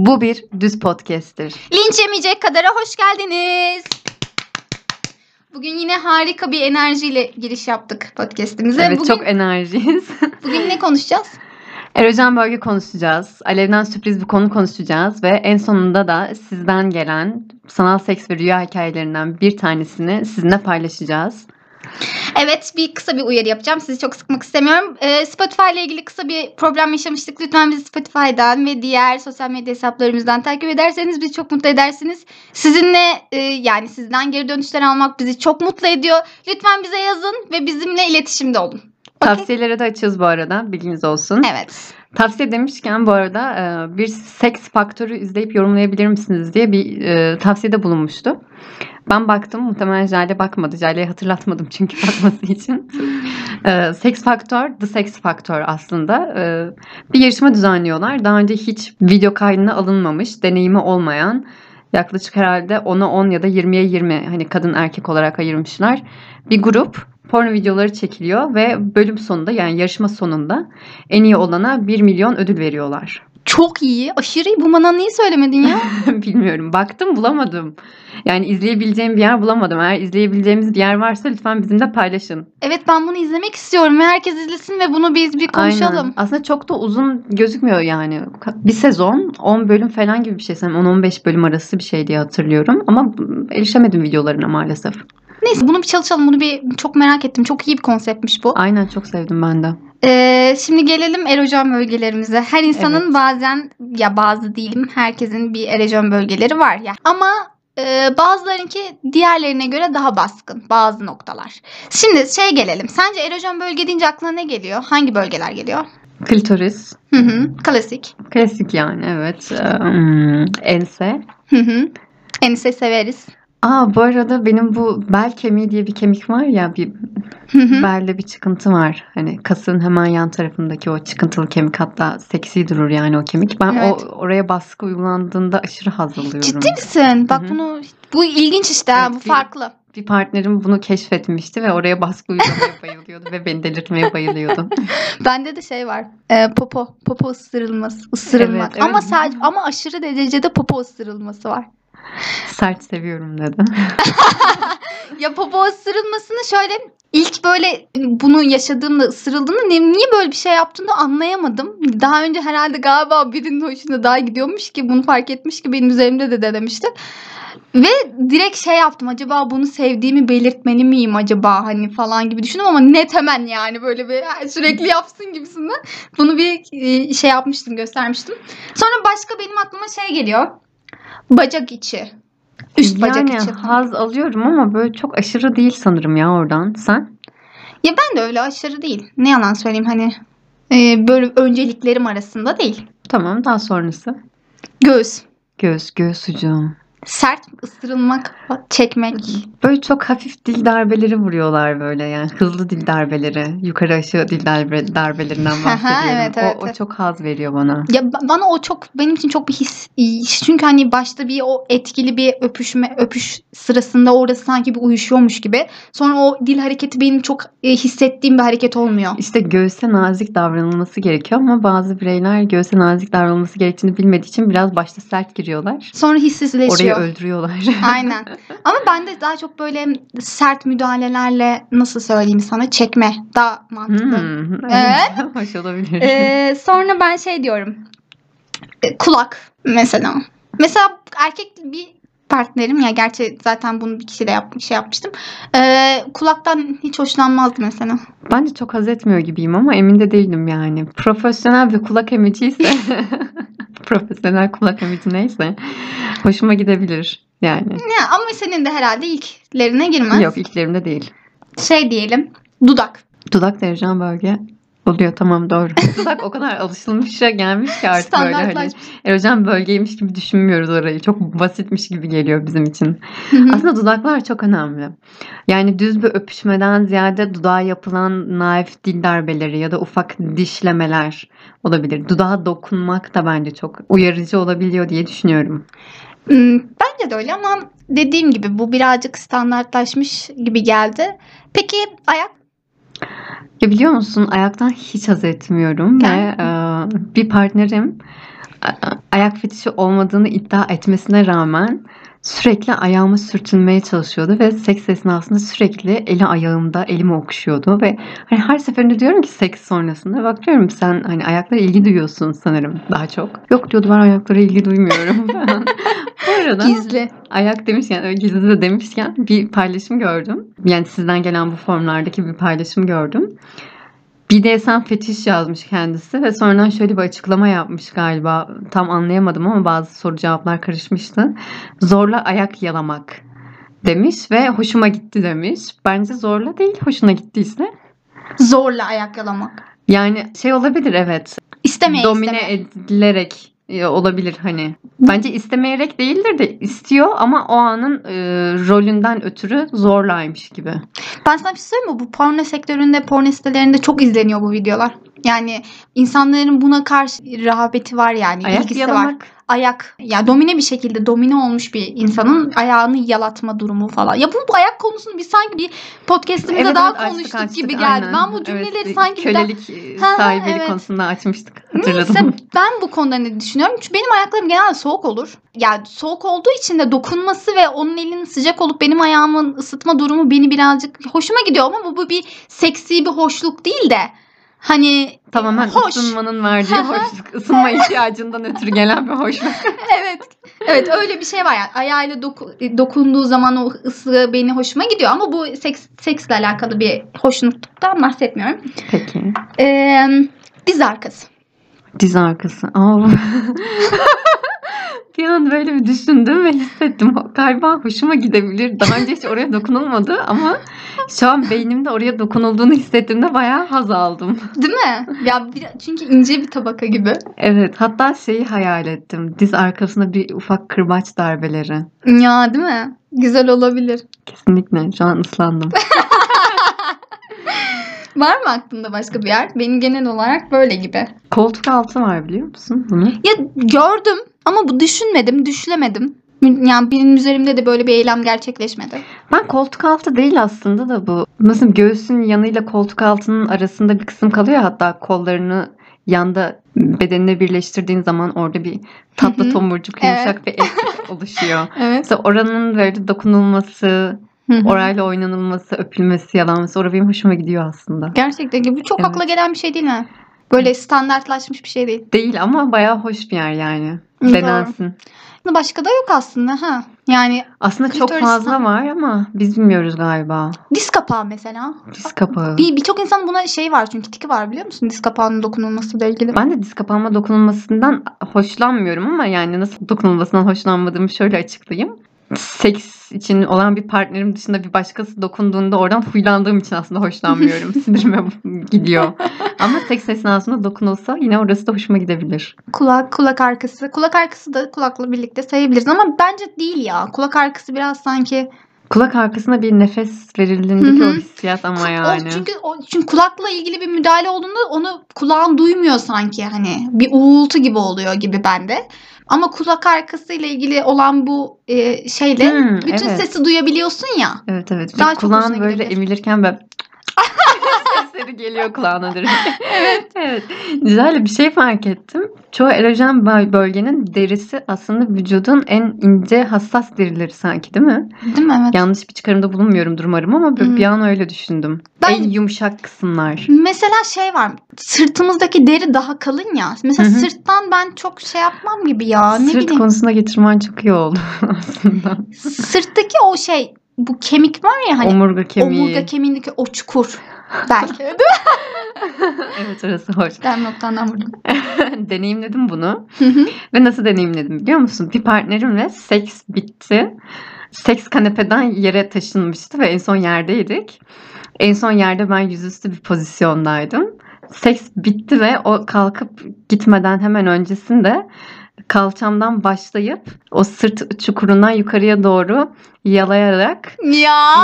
Bu bir düz podcast'tir. Linç yemeyecek kadara hoş geldiniz. Bugün yine harika bir enerjiyle giriş yaptık podcast'imize. Evet, bugün, çok enerjiyiz. Bugün ne konuşacağız? Erojen bölge konuşacağız. Alev'den sürpriz bir konu konuşacağız. Ve en sonunda da sizden gelen sanal seks ve rüya hikayelerinden bir tanesini sizinle paylaşacağız. Evet, kısa bir uyarı yapacağım. Sizi çok sıkmak istemiyorum. Spotify ile ilgili kısa bir problem yaşamıştık. Lütfen bizi Spotify'dan ve diğer sosyal medya hesaplarımızdan takip ederseniz bizi çok mutlu edersiniz. Sizinle yani sizden geri dönüşler almak bizi çok mutlu ediyor. Lütfen bize yazın ve bizimle iletişimde olun. Okay? Tavsiyelere de açığız bu arada. Bilginiz olsun. Evet. Tavsiye demişken bu arada bir seks faktörü izleyip yorumlayabilir misiniz diye bir tavsiyede bulunmuştu. Ben baktım. Muhtemelen Jale bakmadı. Jale'ye hatırlatmadım çünkü bakması için. Sex Factor, The Sex Factor aslında. Bir yarışma düzenliyorlar. Daha önce hiç video kaydına alınmamış, deneyimi olmayan, yaklaşık herhalde 10'a 10 ya da 20'ye 20 hani kadın erkek olarak ayırmışlar. Bir grup porno videoları çekiliyor ve bölüm sonunda yani yarışma sonunda en iyi olana 1 milyon ödül veriyorlar. Çok iyi. Aşırı iyi. Bu bana niye söylemedin ya? Bilmiyorum. Baktım bulamadım. Yani izleyebileceğim bir yer bulamadım. Eğer izleyebileceğimiz bir yer varsa lütfen bizimle paylaşın. Evet, ben bunu izlemek istiyorum ve herkes izlesin ve bunu biz bir konuşalım. Aynen. Aslında çok da uzun gözükmüyor yani. Bir sezon 10 bölüm falan gibi bir şey. 10-15 bölüm arası bir şey diye hatırlıyorum. Ama erişemedim videolarına maalesef. Neyse, bunu bir çalışalım. Bunu çok merak ettim. Çok iyi bir konseptmiş bu. Aynen, çok sevdim ben de. Şimdi gelelim erojen bölgelerimize. Her insanın Evet. bazen, ya bazı değilim, herkesin bir erojen bölgeleri var ya. Ama bazılarınki diğerlerine göre daha baskın bazı noktalar. Şimdi gelelim. Sence erojen bölge deyince aklına ne geliyor? Hangi bölgeler geliyor? Klitoris. Klasik. Klasik yani, evet. Ense. Ense severiz. Bu arada benim bu bel kemiği diye bir kemik var ya, bir belde bir çıkıntı var. Hani kasın hemen yan tarafındaki o çıkıntılı kemik, hatta seksi durur yani o kemik. Ben Evet. oraya baskı uygulandığında aşırı haz alıyorum. Ciddi misin? Bak bu ilginç işte. Evet, Bu farklı. Bir partnerim bunu keşfetmişti ve oraya baskı uygulamaya bayılıyordu ve beni delirtmeye bayılıyordu. Bende de var. Popo ısırılmak. Evet. Ama sadece aşırı derecede popo ısırılması var. Sert seviyorum dedi. Ya popo ısırılmasını ilk böyle bunu yaşadığımda, ısırıldığında niye böyle bir şey yaptığını anlayamadım. Daha önce herhalde galiba birinin hoşuna daha gidiyormuş ki bunu fark etmiş ki benim üzerimde de denemişti. Ve direkt yaptım, acaba bunu sevdiğimi belirtmeli miyim acaba hani falan gibi düşündüm ama net hemen yani böyle bir sürekli yapsın gibisinden bunu bir yapmıştım, göstermiştim. Sonra başka benim aklıma geliyor. Bacak içi. Üst bacak içi. Haz alıyorum ama böyle çok aşırı değil sanırım ya oradan. Sen? Ya ben de öyle aşırı değil. Ne yalan söyleyeyim, hani böyle önceliklerim arasında değil. Tamam, daha sonrası. Göğüs. Göğüs ucu. Sert ısırılmak, çekmek. Böyle çok hafif dil darbeleri vuruyorlar böyle yani. Hızlı dil darbeleri. Yukarı aşağı dil darbelerinden bahsediyorum. Evet. O çok haz veriyor bana. Ya bana o benim için çok bir his. Çünkü hani başta o etkili bir öpüş sırasında orası sanki bir uyuşuyormuş gibi. Sonra o dil hareketi benim çok hissettiğim bir hareket olmuyor. İşte göğüse nazik davranılması gerekiyor ama bazı bireyler göğüse nazik davranılması gerektiğini bilmediği için biraz başta sert giriyorlar. Sonra hissizleşiyor. Orayı öldürüyorlar. Aynen. Ama ben de daha çok böyle sert müdahalelerle, nasıl söyleyeyim sana, çekme daha mantıklı. Evet. Hoş olabilir. Sonra ben diyorum. Kulak mesela. Mesela erkek bir partnerim, ya gerçi zaten bunu bir kişiyle yapmıştım. Kulaktan hiç hoşlanmazdı mesela. Ben de çok haz etmiyor gibiyim ama emin de değilim yani. Profesyonel bir kulak emiciyse profesyonel kulak emici neyse hoşuma gidebilir yani. Ya, ama senin de herhalde ilklerine girmez. Yok, ilklerimde değil. Diyelim, dudak. Dudak da erojen bölge oluyor, tamam, doğru. Dudak o kadar alışılmışa gelmiş ki artık böyle hani erojen bölgeymiş gibi düşünmüyoruz orayı. Çok basitmiş gibi geliyor bizim için. Aslında dudaklar çok önemli. Yani düz bir öpüşmeden ziyade dudağa yapılan naif dil darbeleri ya da ufak dişlemeler olabilir. Dudağa dokunmak da bence çok uyarıcı olabiliyor diye düşünüyorum. Bence de öyle ama dediğim gibi bu birazcık standartlaşmış gibi geldi. Peki ayak? Ya biliyor musun, ayaktan hiç haz etmiyorum ve bir partnerim ayak fetişi olmadığını iddia etmesine rağmen sürekli ayağıma sürtünmeye çalışıyordu ve seks esnasında sürekli eli ayağımda, elimi okşuyordu ve hani her seferinde diyorum ki seks sonrasında bak diyorum sen hani ayaklara ilgi duyuyorsun sanırım daha çok. Yok diyordu ben ayaklara ilgi duymuyorum. Bu arada Gizli. ayak demişken, öyle gizli de demişken bir paylaşım gördüm. Yani sizden gelen bu formlardaki bir paylaşım gördüm. BDSM fetiş yazmış kendisi ve sonradan şöyle bir açıklama yapmış galiba. Tam anlayamadım ama bazı soru cevaplar karışmıştı. Zorla ayak yalamak demiş ve hoşuma gitti demiş. Bence zorla değil, hoşuna gittiyse. Zorla ayak yalamak. Yani şey olabilir evet. Domine edilerek olabilir hani. Bence istemeyerek değildir de istiyor ama o anın rolünden ötürü zorlaymış gibi. Ben sana bir şey söyleyeyim mi? Bu porno sektöründe, porno sitelerinde çok izleniyor bu videolar. Yani insanların buna karşı rağbeti var yani. Ayak ilgisi yalamak. var. Ayak. Ya domine bir şekilde domine olmuş bir insanın ayağını yalatma durumu falan. Ya bu ayak konusunu biz sanki bir podcast'ımızda Evet, daha evet, konuştuk açtık, gibi geldi. aynen. Ben bu cümleleri Evet, sanki bir daha... kölelik sahibilik evet. konusunda açmıştık. Hatırladım. Neyse ben bu konuda ne düşünüyorum? Çünkü benim ayaklarım genelde soğuk olur. Yani soğuk olduğu için de dokunması ve onun elinin sıcak olup benim ayağımın ısıtma durumu beni birazcık hoşuma gidiyor ama bu bir seksi bir hoşluk değil de hani Tamamen hoş. ısınmanın verdiği hoşluk. Isınma ihtiyacından ötürü gelen bir hoşluk. Evet. Evet öyle bir şey var yani. Ayağıyla dokunduğu zaman o ısı beni hoşuma gidiyor ama bu seksle alakalı bir hoşnutluktan bahsetmiyorum. Peki. Diz arkası. Diz arkası. Bir an böyle bir düşündüm ve hissettim. Galiba hoşuma gidebilir. Daha önce hiç oraya dokunulmadı ama şu an beynimde oraya dokunulduğunu hissettiğimde bayağı haz aldım. Değil mi? Ya çünkü ince bir tabaka gibi. Evet. Hatta şeyi hayal ettim. Diz arkasında bir ufak kırbaç darbeleri. Ya değil mi? Güzel olabilir. Kesinlikle. Şu an ıslandım. Var mı aklında başka bir yer? Benim genel olarak böyle gibi. Koltuk altı var biliyor musun bunu? Ya gördüm ama bu düşünmedim, düşlemedim. Yani benim üzerimde de böyle bir eylem gerçekleşmedi. Ben koltuk altı değil aslında da bu. Nasıl göğsün yanıyla koltuk altının arasında bir kısım kalıyor. Hatta kollarını yanda bedenine birleştirdiğin zaman orada bir tatlı tomurcuk yumuşak bir et oluşuyor. Evet. Mesela oranın böyle dokunulması, orayla oynanılması, öpülmesi, yalanması orada benim hoşuma gidiyor aslında. Gerçekten bu çok Evet. akla gelen bir şey değil mi? Böyle standartlaşmış bir şey değil. Değil ama bayağı hoş bir yer yani. Doğru. Denensin. Başka da yok aslında ha. Yani Aslında çok klitoris- fazla var ama biz bilmiyoruz galiba. diz kapağı mesela. Diz kapağı. Birçok insan buna şey var çünkü tiki var biliyor musun? Diz kapağının dokunulmasıyla ilgili. Ben de diz kapağıma dokunulmasından hoşlanmıyorum ama yani nasıl dokunulmasından hoşlanmadığımı şöyle açıklayayım. Seks için olan bir partnerim dışında bir başkası dokunduğunda oradan huylandığım için aslında hoşlanmıyorum. Sinirime gidiyor. Ama seks esnasında dokunulsa yine orası da hoşuma gidebilir. Kulak arkası. Kulak arkası da kulakla birlikte sayabiliriz ama bence değil ya. Kulak arkası biraz sanki Kulak arkasına bir nefes verildiğindeki o hissiyat ama yani. Çünkü kulakla ilgili bir müdahale olduğunda onu kulağın duymuyor sanki hani bir uğultu gibi oluyor gibi bende. Ama kulak arkası ile ilgili olan bu şeyle bütün evet. sesi duyabiliyorsun ya. Evet evet. Daha Ve çok kulağın hoşuna böyle gidebilir. emilirken böyle sesleri geliyor kulağına direkt. Evet. Güzel bir şey fark ettim. Çoğu erojen bölgenin derisi aslında vücudun en ince hassas derileri sanki değil mi? Değil mi? Evet. Yanlış bir çıkarımda bulunmuyorumdur umarım ama bir an öyle düşündüm. En yumuşak kısımlar. Mesela şey var. Sırtımızdaki deri daha kalın ya. Mesela sırttan ben çok şey yapmam gibi ya. Ne Sırt bileyim. konusuna getirmen çok iyi oldu aslında. Sırttaki o şey bu kemik var ya hani. Omurga kemiği. Omurga kemiğindeki o çukur. Belki. Değil mi? Evet orası hoş. Ben noktandan vurdum. Deneyimledim bunu. Ve nasıl deneyimledim biliyor musun? Bir partnerimle seks bitti. Seks kanepeden yere taşınmıştı ve en son yerdeydik. En son yerde ben yüzüstü bir pozisyondaydım. Seks bitti ve o kalkıp gitmeden hemen öncesinde kalçamdan başlayıp o sırt çukurundan yukarıya doğru yalayarak Ya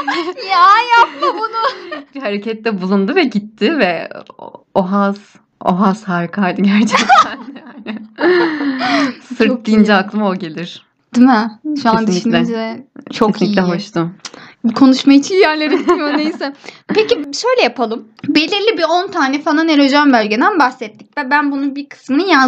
yapma bunu. bir harekette bulundu ve gitti ve o haz harikaydı gerçekten yani. Sırt Çok deyince iyi. aklıma o gelir. Değil mi? Şu an Kesinlikle. düşününce çok Kesinlikle iyi. hoştu. Konuşma hiç iyi yerlere gitmiyor neyse. Peki şöyle yapalım. Belirli bir 10 tane falan erojen bölgeden bahsettik. Ve ben bunun bir kısmını yazdım.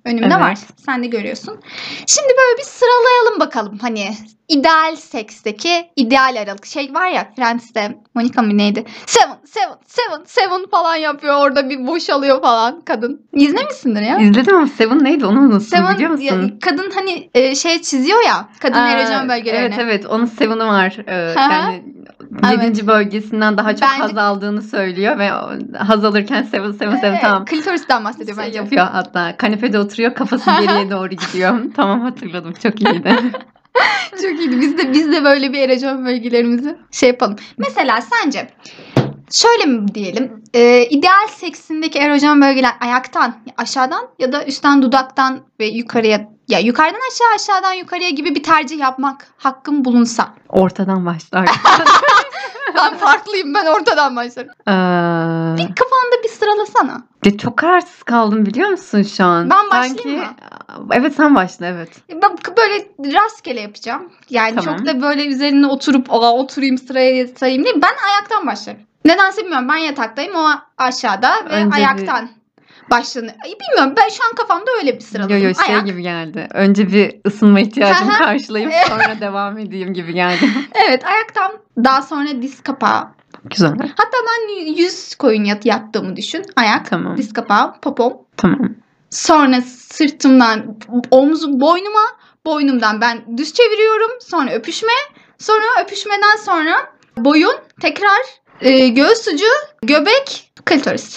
Önümde Evet. var. Sen de görüyorsun. Şimdi böyle bir sıralayalım bakalım. Hani ideal seksteki ideal aralık. Şey var ya, Friends'te Monica mı neydi? Seven falan yapıyor. Orada bir boşalıyor falan kadın. İzlemişsindir ya. İzledim ama Seven neydi onu unuttum biliyor musun? Kadın hani şey çiziyor ya. Kadın erojen bölgelerini. Evet onun Seven'ı var. Yani Evet. 7. bölgesinden daha çok Bence- haz aldığını söylüyor ve haz alırken Seven tamam. Klitoris'ten bahsediyor Şey bence. yapıyor hatta. Kanepede oturuyor, kafası geriye doğru gidiyor. Tamam, hatırladım. Çok iyiydi. Çok iyiydi. Biz de böyle bir erojen bölgelerimizi şey yapalım. Mesela sence şöyle mi diyelim? İdeal seksindeki erojen bölgeler ayaktan, aşağıdan ya da üstten dudaktan ve yukarıya, ya yukarıdan aşağı, aşağıdan yukarıya gibi bir tercih yapmak hakkım bulunsa. Ortadan başlar. Ben farklıyım. Ben ortadan başlarım. Bir kafanda bir sıralasana. Çok kararsız kaldım biliyor musun şu an? Ben başlayayım mı? Evet, sen başla, evet. Ben böyle rastgele yapacağım. Yani Tamam. çok da böyle üzerine oturayım sıraya sayayım değil. Ben ayaktan başlarım. Nedense bilmiyorum. Ben yataktayım. O aşağıda ve Önce ayaktan başlanıyor. Bilmiyorum. Ben şu an kafamda öyle bir sıraladım. Yo şey Ayak. gibi geldi. Önce bir ısınma ihtiyacımı Aha. karşılayıp sonra devam edeyim gibi geldi. Evet, ayaktan. Daha sonra diz kapağı. Güzel. Hatta ben yüz koyun yattığımı düşün. Ayak, Tamam. diz kapağı, popom. Tamam. Sonra sırtımdan boynumdan ben düz çeviriyorum. Sonra öpüşme. Sonra öpüşmeden sonra boyun, tekrar göğüs ucu, göbek, klitoris.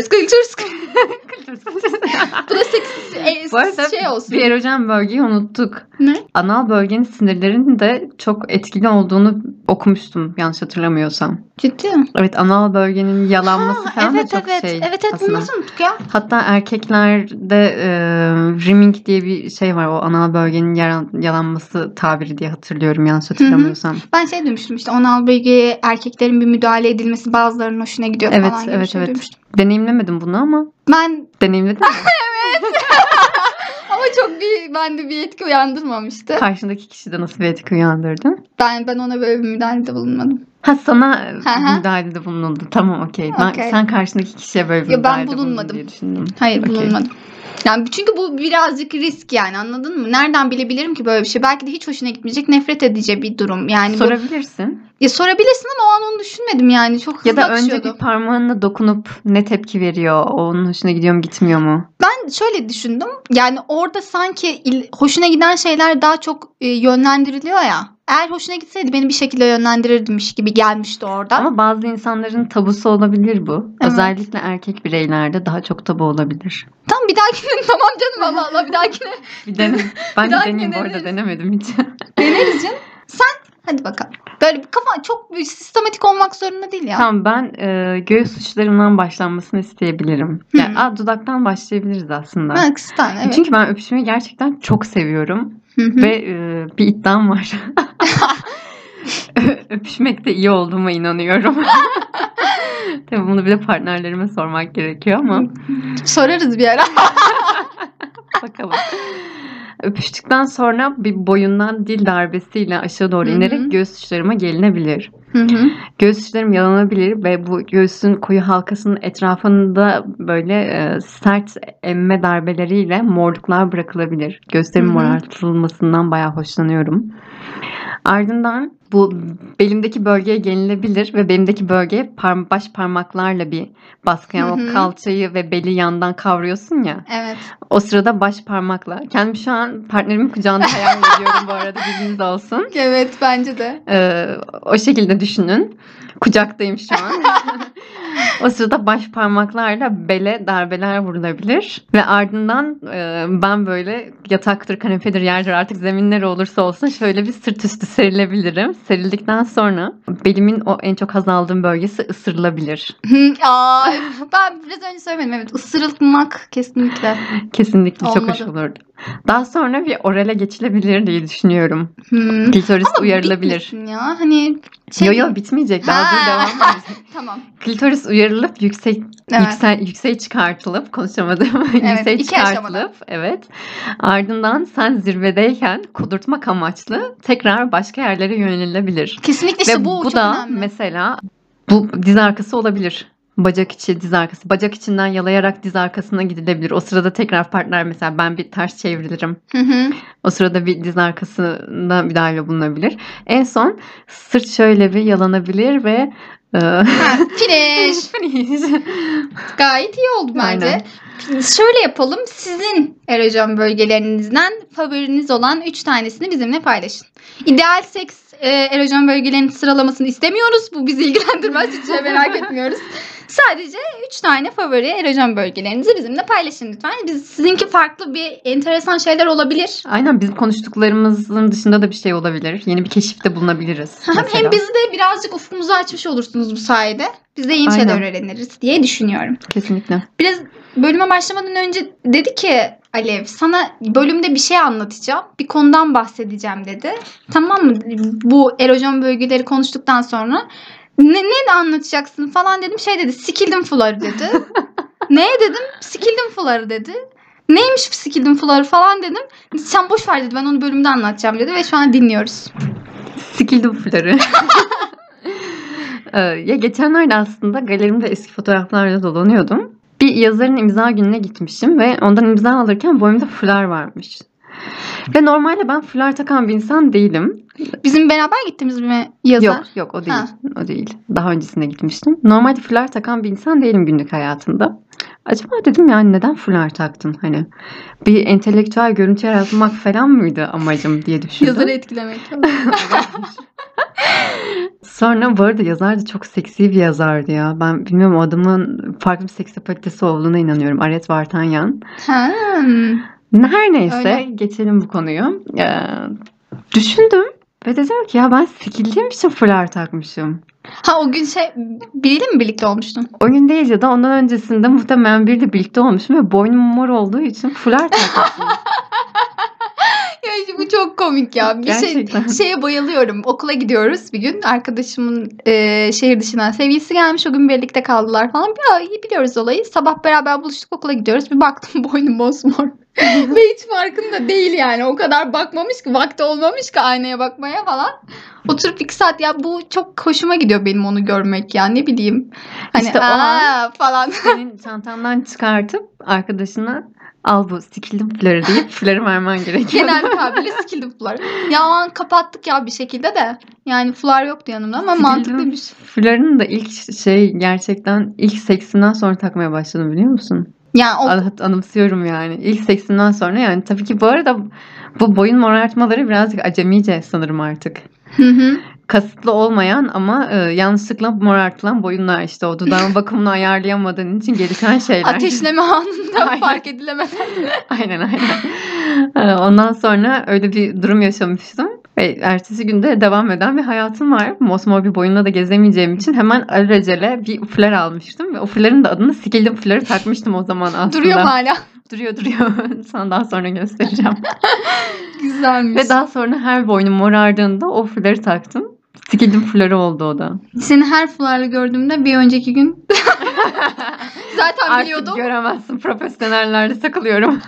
Bu da Bu arada şey olsun. bir erojen bölgeyi unuttuk. Ne? Anal bölgenin sinirlerinin de çok etkili olduğunu okumuştum yanlış hatırlamıyorsam. Ciddi mi? Evet, anal bölgenin yalanması falan evet, da çok şey Evet bunu aslında. nasıl unuttuk ya? Hatta erkeklerde rimming diye bir şey var. O anal bölgenin yalanması tabiri diye hatırlıyorum yanlış hatırlamıyorsam. Ben şey demiştim işte anal bölgeye erkeklerin bir müdahale edilmesi bazılarının hoşuna gidiyor Evet, falan gibi evet, bir şey evet. demiştim. Deneyimlemedim bunu ama Ben deneyimledin mi? ama çok bende bir etki uyandırmamıştı. Karşındaki kişide nasıl bir etki uyandırdın? Ben ona böyle bir müdahalede bulunmadım. Ha, sana hı. müdahalede bulunuldu. Tamam, okey. Okey. Sen karşındaki kişiye böyle bir Ya ben müdahalede bulundun bulunmadım. diye düşündüm. Hayır Okey. bulunmadım. Yani çünkü bu birazcık risk yani anladın mı? Nereden bilebilirim ki böyle bir şey? Belki de hiç hoşuna gitmeyecek, nefret edeceği bir durum. Yani Sorabilirsin. ya sorabilirsin ama o an onu düşünmedim yani. Çok hızlı Ya da önce akışıyordu. bir parmağınla dokunup ne tepki veriyor? Onun hoşuna gidiyor mu, gitmiyor mu? Ben şöyle düşündüm. Yani orada sanki hoşuna giden şeyler daha çok yönlendiriliyor ya. Eğer hoşuna gitseydi beni bir şekilde yönlendirirmiş gibi gelmişti orada. Ama bazı insanların tabusu olabilir bu. Evet. Özellikle erkek bireylerde daha çok tabu olabilir. Tamam bir dahakine tamam canım Allah Allah bir dahakine Bir dene. Ben Bir de dahakine deneyeyim bu arada, deneriz. denemedim hiç. deneriz canım. Sen hadi bakalım. Böyle bir kafa çok sistematik olmak zorunda değil ya. Tamam, ben göğüs uçlarımdan başlanmasını isteyebilirim. Yani, dudaktan başlayabiliriz aslında. Ha, kısıttan evet. Çünkü ben öpüşmeyi gerçekten çok seviyorum. Hı hı. Ve bir iddiam var. Öpüşmekte iyi olduğuma inanıyorum. Tabii bunu bir de partnerlerime sormak gerekiyor ama Sorarız bir ara. bakalım. Öpüştükten sonra bir boyundan dil darbesiyle aşağı doğru Hı hı. inerek göğüs uçlarıma gelinebilir. Hı hı. Göğüs uçlarım yalanabilir ve bu göğsün koyu halkasının etrafında böyle sert emme darbeleriyle morluklar bırakılabilir. Göğüslerimin Hı hı. morartılmasından bayağı hoşlanıyorum. Ardından bu belimdeki bölgeye gelinebilir ve belimdeki bölgeye baş parmaklarla bir baskı. Yani Hı hı. o kalçayı ve beli yandan kavruyorsun ya. Evet. O sırada baş parmakla. Kendimi şu an partnerimin kucağında hayal ediyorum bu arada, bilginiz olsun. Evet bence de. O şekilde düşünün. Kucaktayım şu an. O sırada baş parmaklarla bele darbeler vurulabilir. Ve ardından ben böyle yataktır, kanepedir, yerdir artık zeminler olursa olsun şöyle bir sırt üstü serilebilirim. Serildikten sonra belimin o en çok haz aldığım bölgesi ısırılabilir. Aa, ben biraz önce söylemedim. Evet ısırılmak kesinlikle. Kesinlikle çok Olmadı. hoş olurdu. Daha sonra bir orale geçilebilir diye düşünüyorum. Klitoris Ama uyarılabilir. bitmesin ya. Hani Yo bitmeyecek. Daha dur, devam edecek. Tamam. Klitoris uyarılıp Evet. yükseğe çıkartılıp konuşamadım. Evet, Yükseğe iki çıkartılıp aşamada. evet. Ardından sen zirvedeyken kudurtmak amaçlı tekrar başka yerlere yönelilebilir. Kesinlikle işte Ve bu çok da önemli. mesela bu diz arkası olabilir. bacak içi, diz arkası. Bacak içinden yalayarak diz arkasına gidilebilir. O sırada tekrar partner mesela ben bir ters çevrilirim. O sırada bir diz arkasına müdahale bulunabilir. En son sırt şöyle bir yalanabilir ve Finish. Gayet iyi oldu bence. Aynen. Şöyle yapalım. Sizin erojen bölgelerinizden favoriniz olan 3 tanesini bizimle paylaşın. İdeal seks erojen bölgelerinin sıralamasını istemiyoruz. Bu bizi ilgilendirmez. Hiç şey merak etmiyoruz. Sadece 3 tane favori erojen bölgelerinizi bizimle paylaşın lütfen. Sizinki farklı bir enteresan şeyler olabilir. Aynen bizim konuştuklarımızın dışında da bir şey olabilir. Yeni bir keşifte bulunabiliriz. Hem bizi de birazcık ufkumuzu açmış olursunuz bu sayede. Biz de yeni şeyler öğreniriz diye düşünüyorum. Kesinlikle. Biraz bölüme başlamadan önce dedi ki Alev sana bölümde bir şey anlatacağım. Bir konudan bahsedeceğim dedi. Tamam mı? Bu erojen bölgeleri konuştuktan sonra ne anlatacaksın falan dedim. Şey dedi sikildim fuları dedi. Ne dedim? Sikildim fuları dedi. Neymiş bu sikildim fuları falan dedim. Sen boş ver dedi. Ben onu bölümde anlatacağım dedi ve şu an dinliyoruz. Sikildim fuları. Ya geçenlerde aslında galerimde eski fotoğraflarla dolanıyordum. Bir yazarın imza gününe gitmişim ve ondan imza alırken boynumda fular varmış. Ve normalde ben fular takan bir insan değilim. Bizim beraber gittiğimiz bir yazar. Yok o değil. O değil. Daha öncesinde gitmiştim. Normalde fular takan bir insan değilim günlük hayatımda. Acaba dedim yani neden fular taktın? Hani bir entelektüel görüntü yaratmak falan mıydı amacım diye düşündüm. Yazarı etkilemek. Sonra bu arada yazar da çok seksi bir yazardı ya. Ben bilmiyorum o adamın farklı bir seksapalitesi olduğuna inanıyorum. Aret Vartanyan. Her neyse öyle. Geçelim bu konuyu. Düşündüm ve dedim ki ya ben sikildiğim için fular takmışım. Ha o gün biriyle mi birlikte olmuştun? O gün değil ya da ondan öncesinde muhtemelen biriyle birlikte olmuşum ve boynum mor olduğu için fular takmışım. Ya işte bu çok komik ya. Gerçekten. Şeye bayılıyorum. Okula gidiyoruz bir gün. Arkadaşımın şehir dışından sevgilisi gelmiş. O gün birlikte kaldılar falan. Biliyoruz olayı. Sabah beraber buluştuk okula gidiyoruz. Bir baktım boynum mosmor. Ve hiç farkında değil yani. O kadar bakmamış ki. Vakti olmamış ki aynaya bakmaya falan. Oturup 2 saat ya bu çok hoşuma gidiyor benim onu görmek ya. Ne bileyim. Hani İşte o an falan. senin çantandan çıkartıp arkadaşına al bu sikildim fuları deyip fuları vermen gerekiyor. Genel bir tabirle sikildim fular. Ya o an kapattık ya bir şekilde de. Yani fular yoktu yanımda ama mantıklıymış. Fularını da ilk gerçekten ilk seksinden sonra takmaya başladım biliyor musun? Yani Anımsıyorum yani. İlk seksinden sonra yani tabii ki bu arada bu boyun morartmaları birazcık acemice sanırım artık. Kasıtlı olmayan ama yanlışlıkla morartılan boyunlar işte o dudağın bakımını ayarlayamadığın için gelişen şeyler. Ateşleme anında fark edilemeden. Aynen. Ondan sonra öyle bir durum yaşamıştım. Ve ertesi günde devam eden bir hayatım var. Mosmor bir boyunla da gezemeyeceğim için hemen alelacele bir fular almıştım. Ve o fuların da adını sikildim fuları takmıştım o zaman aslında. Duruyor mu hala? Duruyor. Sana daha sonra göstereceğim. Güzelmiş. Ve daha sonra her boynum morardığında o fuları taktım. Sikildim fuları oldu o da. Seni her fularla gördüğümde bir önceki gün zaten biliyordum. Artık göremezsin. Profesyonellerde takılıyorum.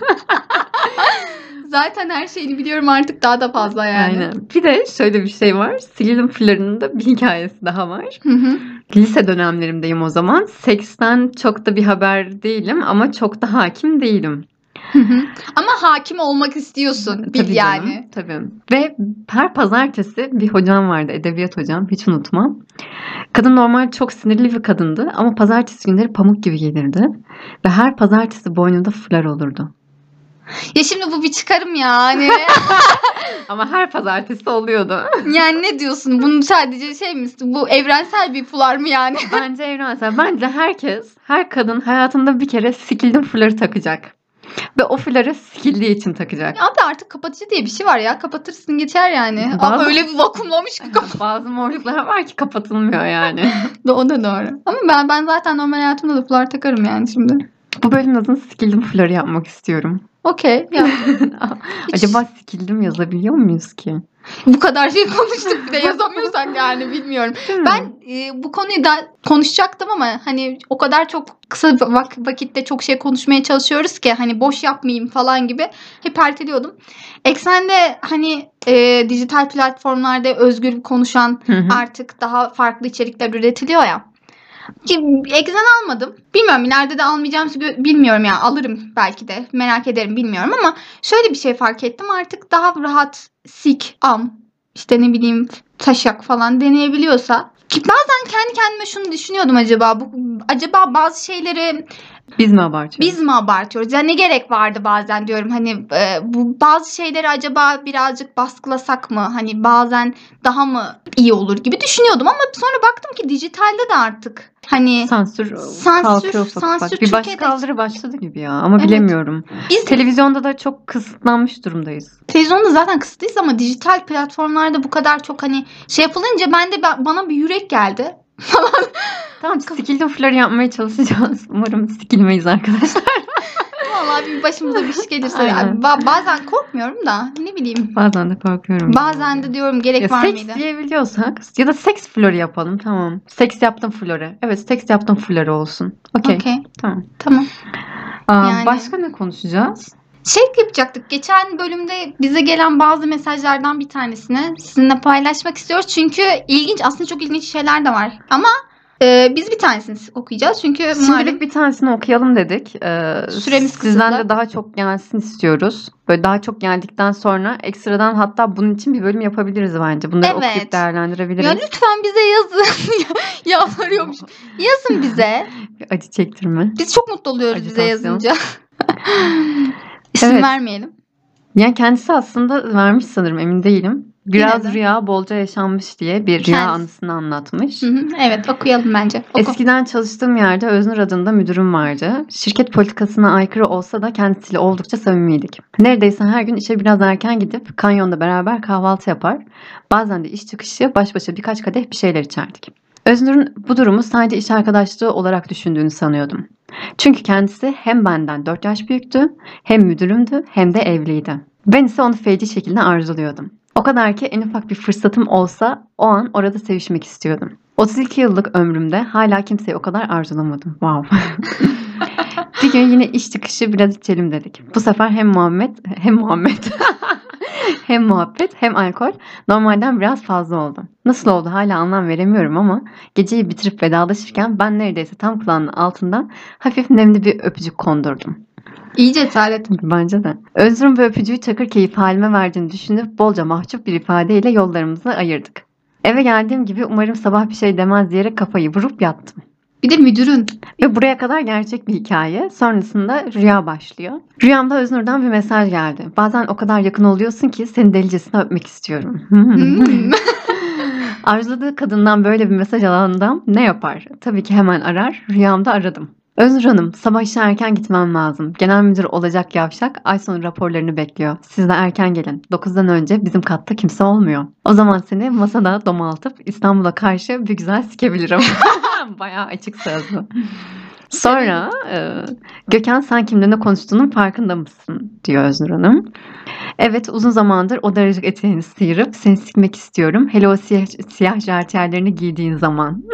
Zaten her şeyini biliyorum artık daha da fazla yani. Aynen. Bir de şöyle bir şey var. Sikildim fularının da bir hikayesi daha var. Lise dönemlerimdeyim o zaman. Seksten çok da bir haber değilim ama çok da hakim değilim. Ama hakim olmak istiyorsun. Bil Tabii yani. canım, tabii. Ve her pazartesi bir hocam vardı. Edebiyat hocam. Hiç unutmam. Kadın normal çok sinirli bir kadındı. Ama pazartesi günleri pamuk gibi gelirdi. Ve her pazartesi boynunda fular olurdu. Ya şimdi bu bir çıkarım yani. Ama her pazartesi oluyordu. Yani ne diyorsun? Bunun sadece şey mi? Bu evrensel bir fular mı yani? Bence evrensel. Bence her kadın hayatında bir kere sikildim fuları takacak. Ve o fuları sikildiği için takacak. Abi artık kapatıcı diye bir şey var ya. Kapatırsın geçer yani. Ama öyle bir vakumlamış ki Bazı morluklar var ki kapatılmıyor yani. O da doğru. Ama ben zaten normal hayatımda da fular takarım yani şimdi. Bu bölümün adını sikildim fuları yapmak istiyorum. Okey. Acaba sikildim yazabiliyor muyuz ki? Bu kadar şey konuştuk bir de yazamıyorsak yani bilmiyorum. Ben bu konuyu da konuşacaktım ama hani o kadar çok kısa vakitte çok şey konuşmaya çalışıyoruz ki hani boş yapmayayım falan gibi hep erteliyordum. Eksende hani dijital platformlarda özgür konuşan artık daha farklı içerikler üretiliyor ya. Ki Exen almadım. Bilmiyorum, ileride de almayacağım bilmiyorum ya. Alırım belki de. Merak ederim, bilmiyorum ama şöyle bir şey fark ettim. Artık daha rahat sik, am, işte ne bileyim taşak falan deneyebiliyorsa. Ki bazen kendi kendime şunu düşünüyordum, acaba bazı şeyleri Biz mi abartıyoruz? biz mi abartıyoruz? Ya ne gerek vardı bazen diyorum. Hani bu bazı şeyleri acaba birazcık baskılasak mı? Hani bazen daha mı iyi olur gibi düşünüyordum ama sonra baktım ki dijitalde de artık hani Sansür kalkıyor ufak ufak. Bir baş kaldırı başladı gibi ya ama Evet. bilemiyorum. Biz Televizyonda da çok kısıtlanmış durumdayız. televizyonda zaten kısıtlıyız ama dijital platformlarda bu kadar çok hani şey yapılınca bana bir yürek geldi. Tamam, sikildim flörü yapmaya çalışacağız. Umarım sikilmeyiz arkadaşlar. Vallahi bir başımıza bir şey gelirse. Aynen. Bazen korkmuyorum da ne bileyim. Bazen de korkuyorum. Bazen de diyorum gerek var seks mıydı? diyebiliyorsak ya da seks flörü yapalım, tamam. Seks yaptım flörü. Evet, seks yaptım flörü olsun. Okey. Tamam. Tamam. Yani- Başka ne konuşacağız? Şey yapacaktık. Geçen bölümde bize gelen bazı mesajlardan bir tanesini sizinle paylaşmak istiyoruz. Çünkü aslında çok ilginç şeyler de var. Ama biz bir tanesini okuyacağız. Çünkü malum Şimdilik bir tanesini okuyalım dedik. Süremiz Sizden kısıtlı. de daha çok gelsin istiyoruz. Böyle daha çok geldikten sonra ekstradan hatta bunun için bir bölüm yapabiliriz bence. Bunları Evet. okuyup değerlendirebiliriz. ya lütfen bize yazın. Yalvarıyormuş. Yazın bize. Acı çektirme. Biz çok mutlu oluyoruz bize Ajitasyon. yazınca. İsim Evet. vermeyelim. Yani kendisi aslında vermiş sanırım, emin değilim. Biraz Yine de. rüya bolca yaşanmış diye bir rüya Kendisi. anısını anlatmış. Hı hı, evet, okuyalım bence. Oku. Eskiden çalıştığım yerde Öznur adında müdürüm vardı. Şirket politikasına aykırı olsa da kendisiyle oldukça samimiydik. Neredeyse her gün işe biraz erken gidip kanyonda beraber kahvaltı yapar. Bazen de iş çıkışı baş başa birkaç kadeh bir şeyler içerdik. Öznur'un bu durumu sadece iş arkadaşlığı olarak düşündüğünü sanıyordum. Çünkü kendisi hem benden 4 yaş büyüktü, hem müdürümdü, hem de evliydi. Ben ise onu feci şekilde arzuluyordum. O kadar ki en ufak bir fırsatım olsa o an orada sevişmek istiyordum. 32 yıllık ömrümde hala kimseyi o kadar arzulamadım. Wow. Bir gün yine iş çıkışı biraz içelim dedik. Bu sefer hem hem muhabbet hem alkol normalden biraz fazla oldu. Nasıl oldu hala anlam veremiyorum ama geceyi bitirip vedalaşırken ben neredeyse tam kulağının altından hafif nemli bir öpücük kondurdum. İyi cesaret. Bence de. Özrün bu öpücüğü çakır keyif halime verdiğini düşünüp bolca mahcup bir ifadeyle yollarımızı ayırdık. Eve geldiğim gibi umarım sabah bir şey demez diyerek kafayı vurup yattım. Bir de müdürün. Ve buraya kadar gerçek bir hikaye. Sonrasında rüya başlıyor. Rüyamda Öznur'dan bir mesaj geldi. Bazen o kadar yakın oluyorsun ki seni delicesine öpmek istiyorum. Arzuladığı kadından böyle bir mesaj alan adam ne yapar? Tabii ki hemen arar. Rüyamda aradım. Öznur Hanım, sabah işe erken gitmem lazım. Genel müdür olacak yavşak ay sonu raporlarını bekliyor. Siz de erken gelin. 9'dan önce bizim katta kimse olmuyor. O zaman seni masada domaltıp İstanbul'a karşı bir güzel sikebilirim. Bayağı açık sözlü. Sonra Gökhan sen kimle ne konuştuğunun farkında mısın diyor Öznur Hanım. Evet, uzun zamandır o daracık eteğini sıyırıp seni sikmek istiyorum. Hele o siyah jartiyerlerini giydiğin zaman.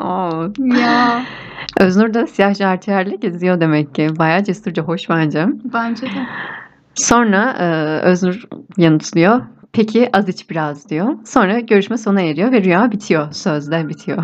Ya. Öznur da siyah jartiyerle geziyor demek ki. Bayağı cesurca, hoş bence. Bence de. Sonra Öznur yanıtlıyor. Peki az iç biraz diyor. Sonra görüşme sona eriyor ve rüya bitiyor. Sözde bitiyor.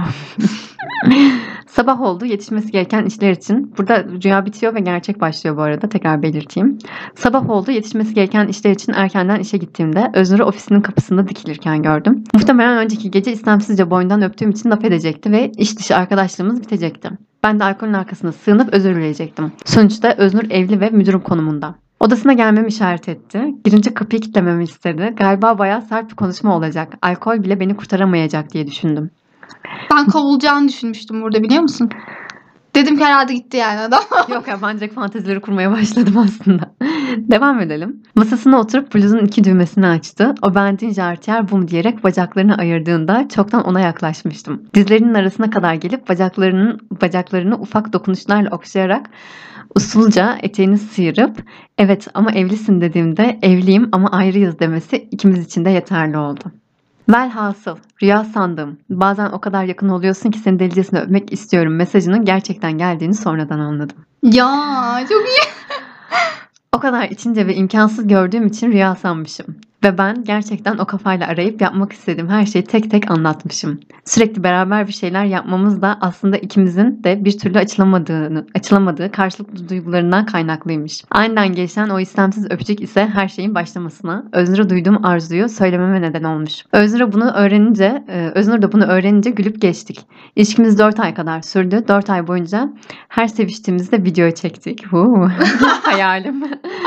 Sabah oldu, yetişmesi gereken işler için. Burada rüya bitiyor ve gerçek başlıyor bu arada. Tekrar belirteyim. Sabah oldu, yetişmesi gereken işler için erkenden işe gittiğimde Öznur'u ofisinin kapısında dikilirken gördüm. Muhtemelen önceki gece istemsizce boynundan öptüğüm için laf edecekti ve iş dışı arkadaşlığımız bitecekti. Ben de alkolün arkasına sığınıp özür dileyecektim. Sonuçta Öznur evli ve müdürüm konumunda. Odasına gelmemi işaret etti. Girince kapıyı kilitlememi istedi. Galiba bayağı sert bir konuşma olacak. Alkol bile beni kurtaramayacak diye düşündüm. Ben kovulacağını düşünmüştüm burada, biliyor musun? Dedim ki herhalde gitti yani adam. Yok ya, ben direkt fantezileri kurmaya başladım aslında. Devam edelim. Masasına oturup bluzun 2 düğmesini açtı. O bendin jartiyer bum diyerek bacaklarını ayırdığında çoktan ona yaklaşmıştım. Dizlerinin arasına kadar gelip bacaklarını ufak dokunuşlarla okşayarak usulca eteğini sıyırıp evet ama evlisin dediğimde evliyim ama ayrıyız demesi ikimiz için de yeterli oldu. Velhasıl rüya sandım. Bazen o kadar yakın oluyorsun ki seni delicesine öpmek istiyorum mesajının gerçekten geldiğini sonradan anladım. Ya çok iyi. O kadar içince ve imkansız gördüğüm için rüya sanmışım. Ve ben gerçekten o kafayla arayıp yapmak istediğim her şeyi tek tek anlatmışım. Sürekli beraber bir şeyler yapmamız da aslında ikimizin de bir türlü açılamadığı karşılıklı duygularından kaynaklıymış. Aniden geçen o istemsiz öpücük ise her şeyin başlamasına, Öznur'a duyduğum arzuyu söylememe neden olmuş. Öznur da bunu öğrenince gülüp geçtik. İlişkimiz 4 ay kadar sürdü. 4 ay boyunca her seviştiğimizde video çektik. Hayalim.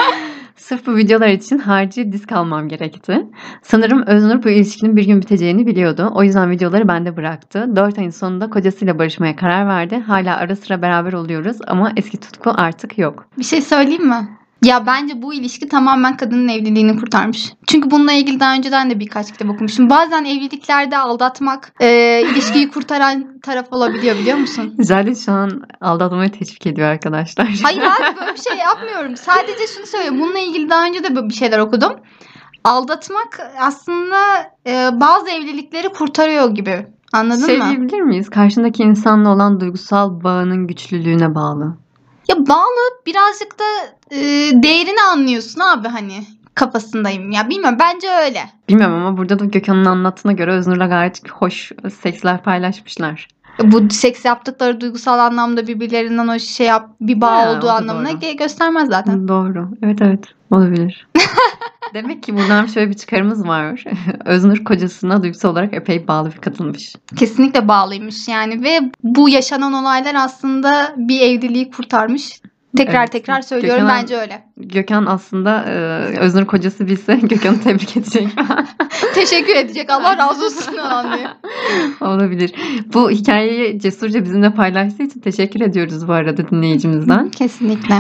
Sırf bu videolar için harici disk almam gerekti. Sanırım Öznur bu ilişkinin bir gün biteceğini biliyordu. O yüzden videoları bende bıraktı. 4 ayın sonunda kocasıyla barışmaya karar verdi. Hala ara sıra beraber oluyoruz ama eski tutku artık yok. Bir şey söyleyeyim mi? Ya bence bu ilişki tamamen kadının evliliğini kurtarmış. Çünkü bununla ilgili daha önceden de birkaç kitap okumuştum. Bazen evliliklerde aldatmak ilişkiyi kurtaran taraf olabiliyor, biliyor musun? Jale şu an aldatmayı teşvik ediyor arkadaşlar. Hayır abi, böyle bir şey yapmıyorum. Sadece şunu söylüyorum. Bununla ilgili daha önce de böyle bir şeyler okudum. Aldatmak aslında bazı evlilikleri kurtarıyor gibi. Anladın mı? Diyebilir miyiz? Karşındaki insanla olan duygusal bağının güçlülüğüne bağlı. Ya bağlı, birazcık da değerini anlıyorsun abi, hani kafasındayım. Ya bilmiyorum, bence öyle. Bilmiyorum ama burada da Gökhan'ın anlattığına göre Öznur'la gayet hoş seksler paylaşmışlar. Bu seks yaptıkları duygusal anlamda birbirlerinden o bir bağ Ha, o olduğu da anlamına doğru. göstermez zaten. Doğru. Evet olabilir. Demek ki buradan şöyle bir çıkarımız var. Öznur kocasına duygusal olarak epey bağlı bir kadınmış. Kesinlikle bağlıymış yani ve bu yaşanan olaylar aslında bir evliliği kurtarmış. Tekrar Evet. tekrar söylüyorum, Gökhan'a- bence öyle. Gökhan aslında Öznur kocası bilse Gökhan'ı tebrik edecek. Teşekkür edecek, Allah razı olsun falan diye. Olabilir. Bu hikayeyi cesurca bizimle paylaştığı için teşekkür ediyoruz bu arada dinleyicimizden. Kesinlikle.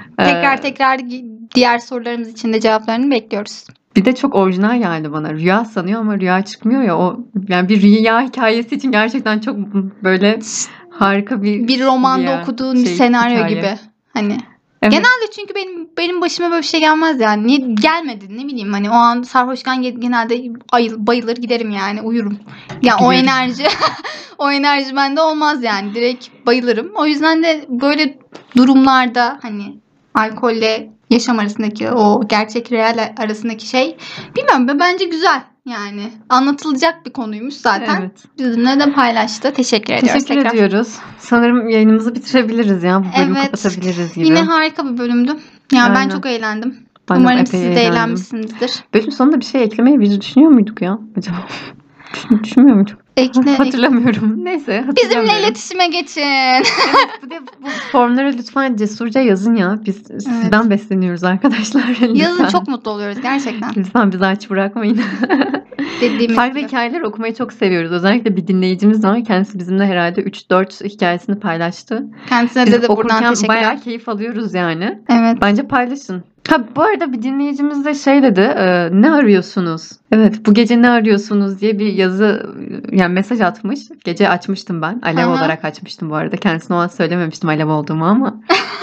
Tekrar diğer sorularımız için de cevaplarını bekliyoruz. Bir de çok orijinal geldi bana. Rüya sanıyor ama rüya çıkmıyor ya. O yani bir rüya hikayesi için gerçekten çok böyle harika Bir romanda rüya, okuduğun bir senaryo hikaye. gibi. Hani Evet. genelde çünkü benim başıma böyle bir şey gelmez yani. Niye gelmedi, ne bileyim, hani o an sarhoşken genelde bayılır giderim yani, uyurum. Ya o Biliyorum. enerji o enerji bende olmaz yani, direkt bayılırım. O yüzden de böyle durumlarda hani alkolle yaşam arasındaki o gerçek real arasındaki şey, bilmiyorum, bence güzel. Yani anlatılacak bir konuymuş zaten. Evet. Bizimle de paylaştı. Teşekkür ediyoruz Teşekkür tekrar. ediyoruz. Sanırım yayınımızı bitirebiliriz ya. Bu bölümü Evet. kapatabiliriz gibi. Yine harika bir bölümdü. Yani ben Aynen. çok eğlendim. Ben de Umarım epey siz de eğlendim. eğlenmişsinizdir. Bölüm sonunda bir şey eklemeyi biz düşünüyor muyduk ya acaba? Düşünmüyor muyduk? Hatırlamıyorum. Neyse hatırlamıyorum. Bizimle iletişime geçin. Evet, bir de bu formları lütfen cesurca yazın ya. Biz sizden besleniyoruz arkadaşlar. Yazın, Lütfen. çok mutlu oluyoruz gerçekten. Lütfen bizi aç bırakmayın. Dediğimiz Farklı gibi. hikayeler okumayı çok seviyoruz. Özellikle bir dinleyicimiz var. Kendisi bizimle herhalde 3-4 hikayesini paylaştı. Kendisine Biz de buradan okurken teşekkürler. bayağı keyif alıyoruz yani. Evet. Bence paylaşın. Ha bu arada bir dinleyicimiz de şey dedi. Ne arıyorsunuz? Evet, bu gece ne arıyorsunuz diye bir yazı, yani mesaj atmış. Gece açmıştım ben. Alev Aha. olarak açmıştım bu arada. Kendisine o an söylememiştim alev olduğumu ama.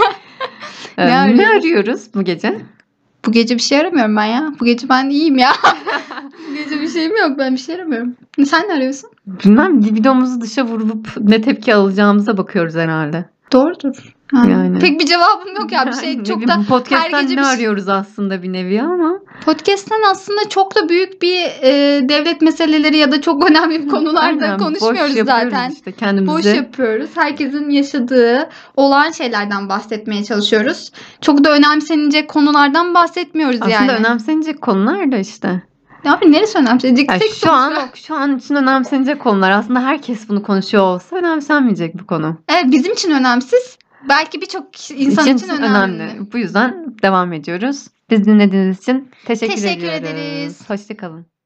Ne Ne arıyoruz? arıyoruz bu gece? Bu gece bir şey aramıyorum ben ya. Bu gece ben iyiyim ya. Bu gece bir şeyim yok. Ben bir şey aramıyorum. Sen ne arıyorsun? Bilmem, libidomuzu dışa vurup ne tepki alacağımıza bakıyoruz herhalde. Doğrudur. Yani. Pek bir cevabım yok ya. Bir şey Ne çok bileyim, da bu podcast'ten her gece ne bir şey- arıyoruz aslında bir nevi ama. Podcast'ten aslında çok da büyük bir devlet meseleleri ya da çok önemli konularda Aynen, boş konuşmuyoruz yapıyoruz zaten. işte kendimizi. Boş yapıyoruz. Herkesin yaşadığı olan şeylerden bahsetmeye çalışıyoruz. Çok da önemsenecek konulardan bahsetmiyoruz Aslında yani. önemsenecek konular da işte. Abi neresi önemsenecek? Yani Seks sonuçta. şu an için önemsenecek konular. Aslında herkes bunu konuşuyor olsa önemsenmeyecek bu konu. Evet, bizim için önemsiz. Belki birçok insan için önemli. Bu yüzden devam ediyoruz. Biz dinlediğiniz için teşekkür Teşekkür ediyoruz. ederiz. Hoşça kalın.